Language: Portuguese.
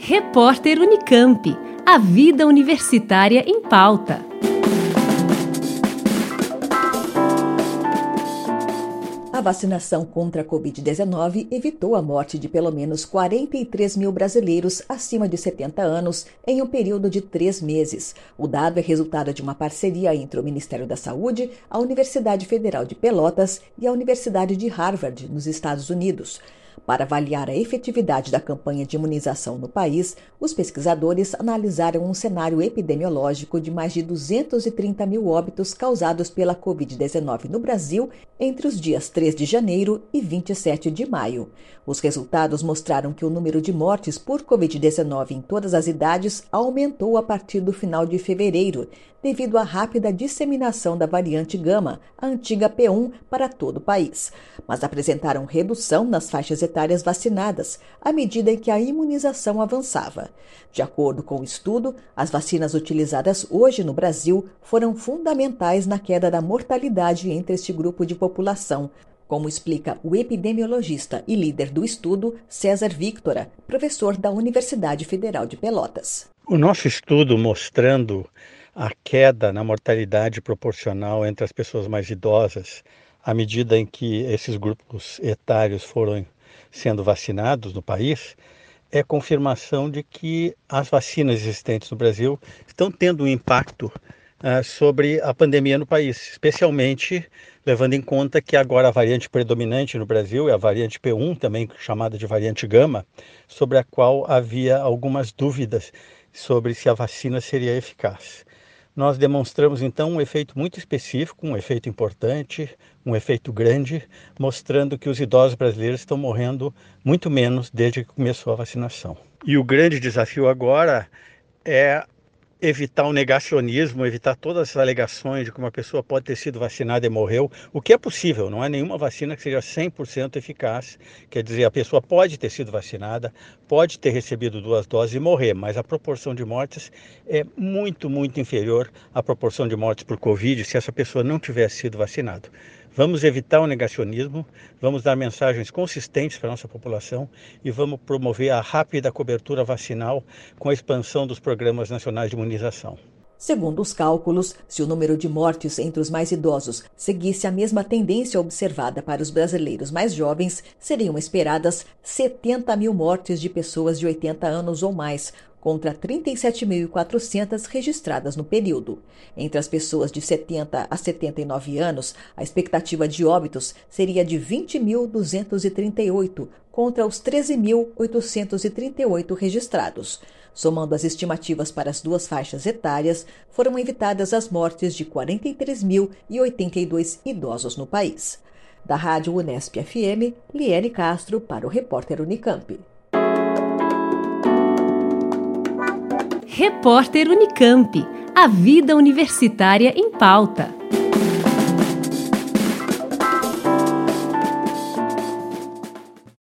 Repórter Unicamp. A vida universitária em pauta. A vacinação contra a Covid-19 evitou a morte de pelo menos 43 mil brasileiros acima de 70 anos em um período de 3 meses. O dado é resultado de uma parceria entre o Ministério da Saúde, a Universidade Federal de Pelotas e a Universidade de Harvard, nos Estados Unidos. Para avaliar a efetividade da campanha de imunização no país, os pesquisadores analisaram um cenário epidemiológico de mais de 230 mil óbitos causados pela Covid-19 no Brasil entre os dias 3 de janeiro e 27 de maio. Os resultados mostraram que o número de mortes por Covid-19 em todas as idades aumentou a partir do final de fevereiro, devido à rápida disseminação da variante Gama, a antiga P1, para todo o país. Mas apresentaram redução nas faixas etárias vacinadas, à medida em que a imunização avançava. De acordo com o estudo, as vacinas utilizadas hoje no Brasil foram fundamentais na queda da mortalidade entre este grupo de população, como explica o epidemiologista e líder do estudo, César Victora, professor da Universidade Federal de Pelotas. O nosso estudo mostrando a queda na mortalidade proporcional entre as pessoas mais idosas, à medida em que esses grupos etários foram sendo vacinados no país, é confirmação de que as vacinas existentes no Brasil estão tendo um impacto sobre a pandemia no país, especialmente levando em conta que agora a variante predominante no Brasil é a variante P1, também chamada de variante Gama, sobre a qual havia algumas dúvidas sobre se a vacina seria eficaz. Nós demonstramos então um efeito muito específico, um efeito importante, um efeito grande, mostrando que os idosos brasileiros estão morrendo muito menos desde que começou a vacinação. E o grande desafio agora é evitar o negacionismo, evitar todas as alegações de que uma pessoa pode ter sido vacinada e morreu, o que é possível, não é nenhuma vacina que seja 100% eficaz, quer dizer, a pessoa pode ter sido vacinada, pode ter recebido 2 doses e morrer, mas a proporção de mortes é muito, muito inferior à proporção de mortes por Covid se essa pessoa não tivesse sido vacinada. Vamos evitar o negacionismo, vamos dar mensagens consistentes para a nossa população e vamos promover a rápida cobertura vacinal com a expansão dos programas nacionais de imunização. Segundo os cálculos, se o número de mortes entre os mais idosos seguisse a mesma tendência observada para os brasileiros mais jovens, seriam esperadas 70 mil mortes de pessoas de 80 anos ou mais, contra 37.400 registradas no período. Entre as pessoas de 70 a 79 anos, a expectativa de óbitos seria de 20.238, contra os 13.838 registrados. Somando as estimativas para as duas faixas etárias, foram evitadas as mortes de 43.082 idosos no país. Da Rádio Unesp FM, Liele Castro para o Repórter Unicamp. Repórter Unicamp. A vida universitária em pauta.